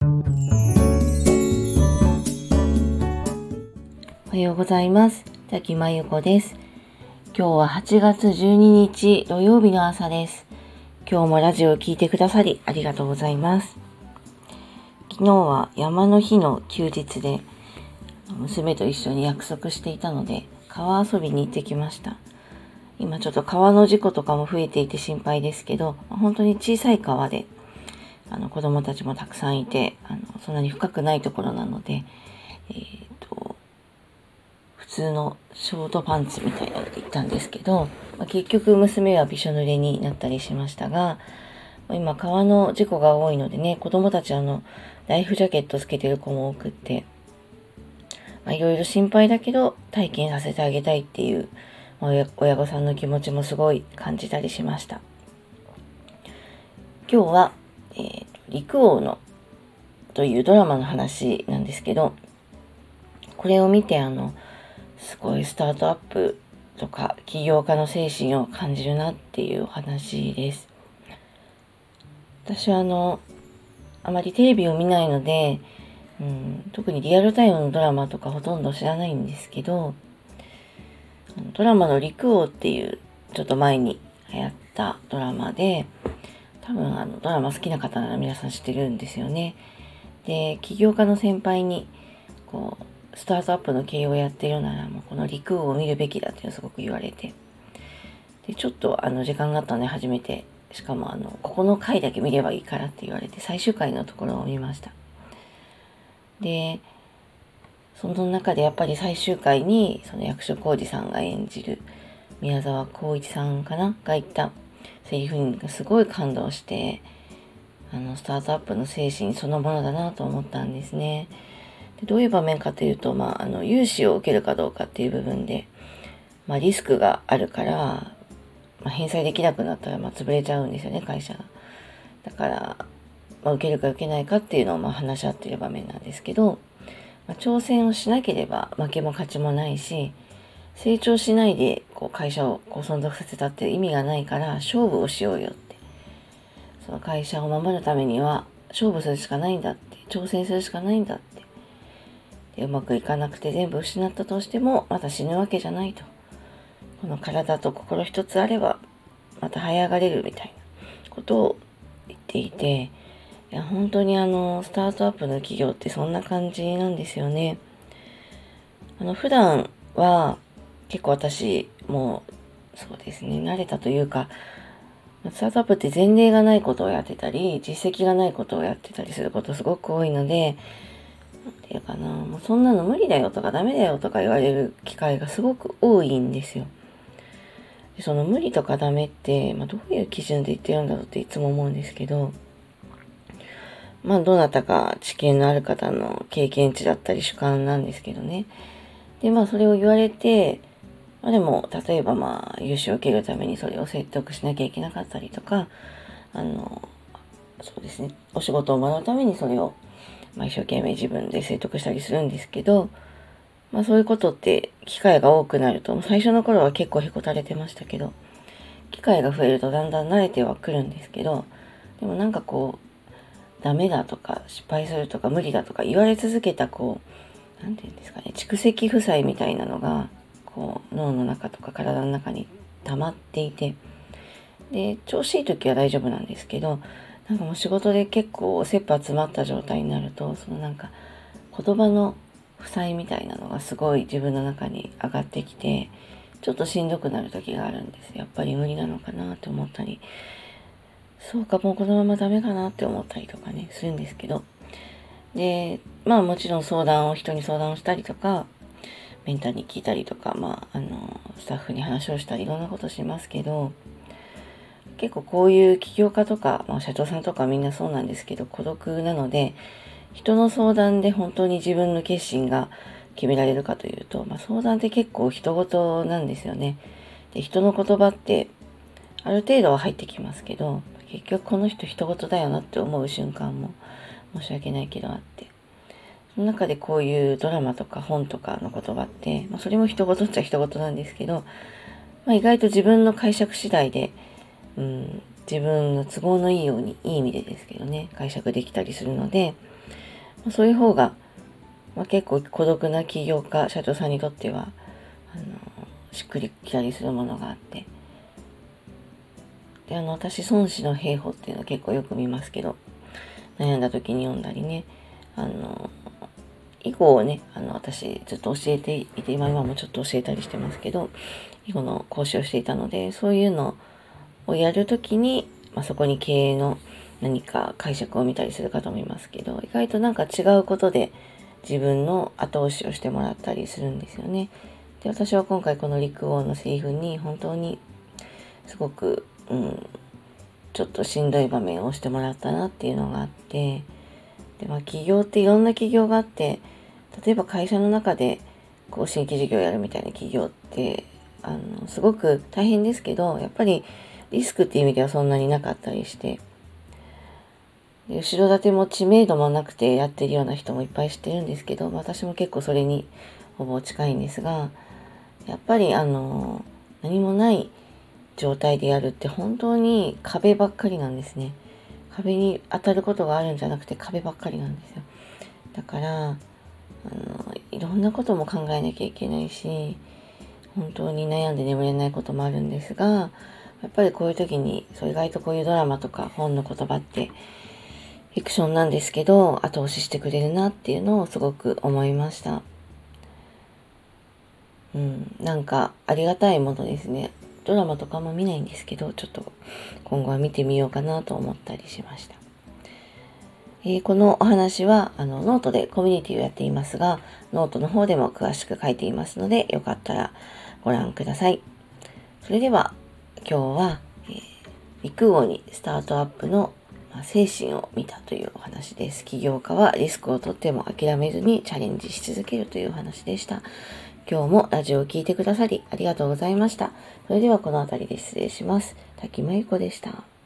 おはようございます。滝真由子です。今日は8月12日土曜日の朝です。今日もラジオを聞いてくださりありがとうございます。昨日は山の日の休日で娘と一緒に約束していたので川遊びに行ってきました。今ちょっと川の事故とかも増えていて心配ですけど、本当に小さい川で子供たちもたくさんいてそんなに深くないところなので、普通のショートパンツみたいなので行ったんですけど、結局娘はびしょ濡れになったりしましたが、今川の事故が多いのでね、子供たちライフジャケットつけてる子も多くって、いろいろ心配だけど体験させてあげたいっていう、親御さんの気持ちもすごい感じたりしました。今日は、陸王のというドラマの話なんですけど、これを見てすごいスタートアップとか起業家の精神を感じるなっていうお話です。私はあまりテレビを見ないので、特にリアルタイムのドラマとかほとんど知らないんですけど、ドラマの陸王っていうちょっと前に流行ったドラマで、多分ドラマ好きな方なら皆さん知ってるんですよね。で、起業家の先輩にスタートアップの経営をやってるならもうこの陸王を見るべきだっていうのをすごく言われて、でちょっと時間があったので初めて、しかもここの回だけ見ればいいからって言われて最終回のところを見ました。でその中でやっぱり最終回にその役所広司さんが演じる宮沢浩一さんかなが言ったセリフにすごい感動して、スタートアップの精神そのものだなと思ったんですね。でどういう場面かというと、融資を受けるかどうかっていう部分で、リスクがあるから、返済できなくなったら潰れちゃうんですよね、会社が。だから、受けるか受けないかっていうのを話し合っている場面なんですけど、挑戦をしなければ負けも勝ちもないし、成長しないで会社を存続させたって意味がないから勝負をしようよって。その会社を守るためには勝負するしかないんだって、挑戦するしかないんだって。でうまくいかなくて全部失ったとしてもまた死ぬわけじゃないと。この体と心一つあればまた這い上がれるみたいなことを言っていて、本当にスタートアップの企業ってそんな感じなんですよね。普段は結構私もそうですね、慣れたというか、スタートアップって前例がないことをやってたり、実績がないことをやってたりすることすごく多いので、なんていうかな、もうそんなの無理だよとかダメだよとか言われる機会がすごく多いんですよ。でその無理とかダメって、どういう基準で言ってるんだろうっていつも思うんですけど、どなたか知見のある方の経験値だったり主観なんですけどね。で、それを言われて、でも、例えば融資を受けるためにそれを説得しなきゃいけなかったりとか、そうですね、お仕事をもらうためにそれを、一生懸命自分で説得したりするんですけど、そういうことって機会が多くなると、最初の頃は結構へこたれてましたけど、機会が増えるとだんだん慣れてはくるんですけど、でもダメだとか失敗するとか無理だとか言われ続けたなんていうんですかね、蓄積負債みたいなのが脳の中とか体の中に溜まっていて、で調子いい時は大丈夫なんですけど、もう仕事で結構切羽詰まった状態になると、言葉の負債みたいなのがすごい自分の中に上がってきて、ちょっとしんどくなる時があるんです。やっぱり無理なのかなって思ったり、そうかもうこのままダメかなって思ったりとかねするんですけど、でもちろん人に相談をしたりとか、メンターに聞いたりとか、スタッフに話をしたりいろんなことしますけど、結構こういう起業家とか、社長さんとかみんなそうなんですけど、孤独なので、人の相談で本当に自分の決心が決められるかというと、相談って結構人事なんですよね。で、人の言葉ってある程度は入ってきますけど、結局この人人事だよなって思う瞬間も申し訳ないけどあって、その中でこういうドラマとか本とかの言葉って、それも人事っちゃ人事なんですけど、意外と自分の解釈次第で、 自分の都合のいいように、いい意味でですけどね、解釈できたりするので、そういう方が、結構孤独な起業家、社長さんにとっては、しっくりきたりするものがあって。で、私、孫子の兵法っていうのを結構よく見ますけど、悩んだ時に読んだりね、囲碁をね、私ずっと教えていて、今もちょっと教えたりしてますけど、囲碁の講師をしていたので、そういうのをやるときに、そこに経営の何か解釈を見たりする方もいますけど、意外となんか違うことで自分の後押しをしてもらったりするんですよね。で、私は今回この陸王のセリフに本当にすごく、ちょっとしんどい場面をしてもらったなっていうのがあって、で、企業っていろんな企業があって、例えば会社の中で新規事業をやるみたいな企業ってすごく大変ですけど、やっぱりリスクっていう意味ではそんなになかったりして、で後ろ盾も知名度もなくてやってるような人もいっぱい知ってるんですけど、私も結構それにほぼ近いんですが、やっぱり何もない状態でやるって本当に壁ばっかりなんですね。壁に当たることがあるんじゃなくて壁ばっかりなんですよ。だからいろんなことも考えなきゃいけないし、本当に悩んで眠れないこともあるんですが、やっぱりこういう時に、意外とこういうドラマとか本の言葉ってフィクションなんですけど、後押ししてくれるなっていうのをすごく思いました。なんかありがたいものですね。ドラマとかも見ないんですけど、ちょっと今後は見てみようかなと思ったりしました。このお話はノートでコミュニティをやっていますが、ノートの方でも詳しく書いていますので、よかったらご覧ください。それでは今日は、陸王にスタートアップの精神を見たというお話です。起業家はリスクをとっても諦めずにチャレンジし続けるというお話でした。今日もラジオを聞いてくださりありがとうございました。それではこの辺りで失礼します。滝真由子でした。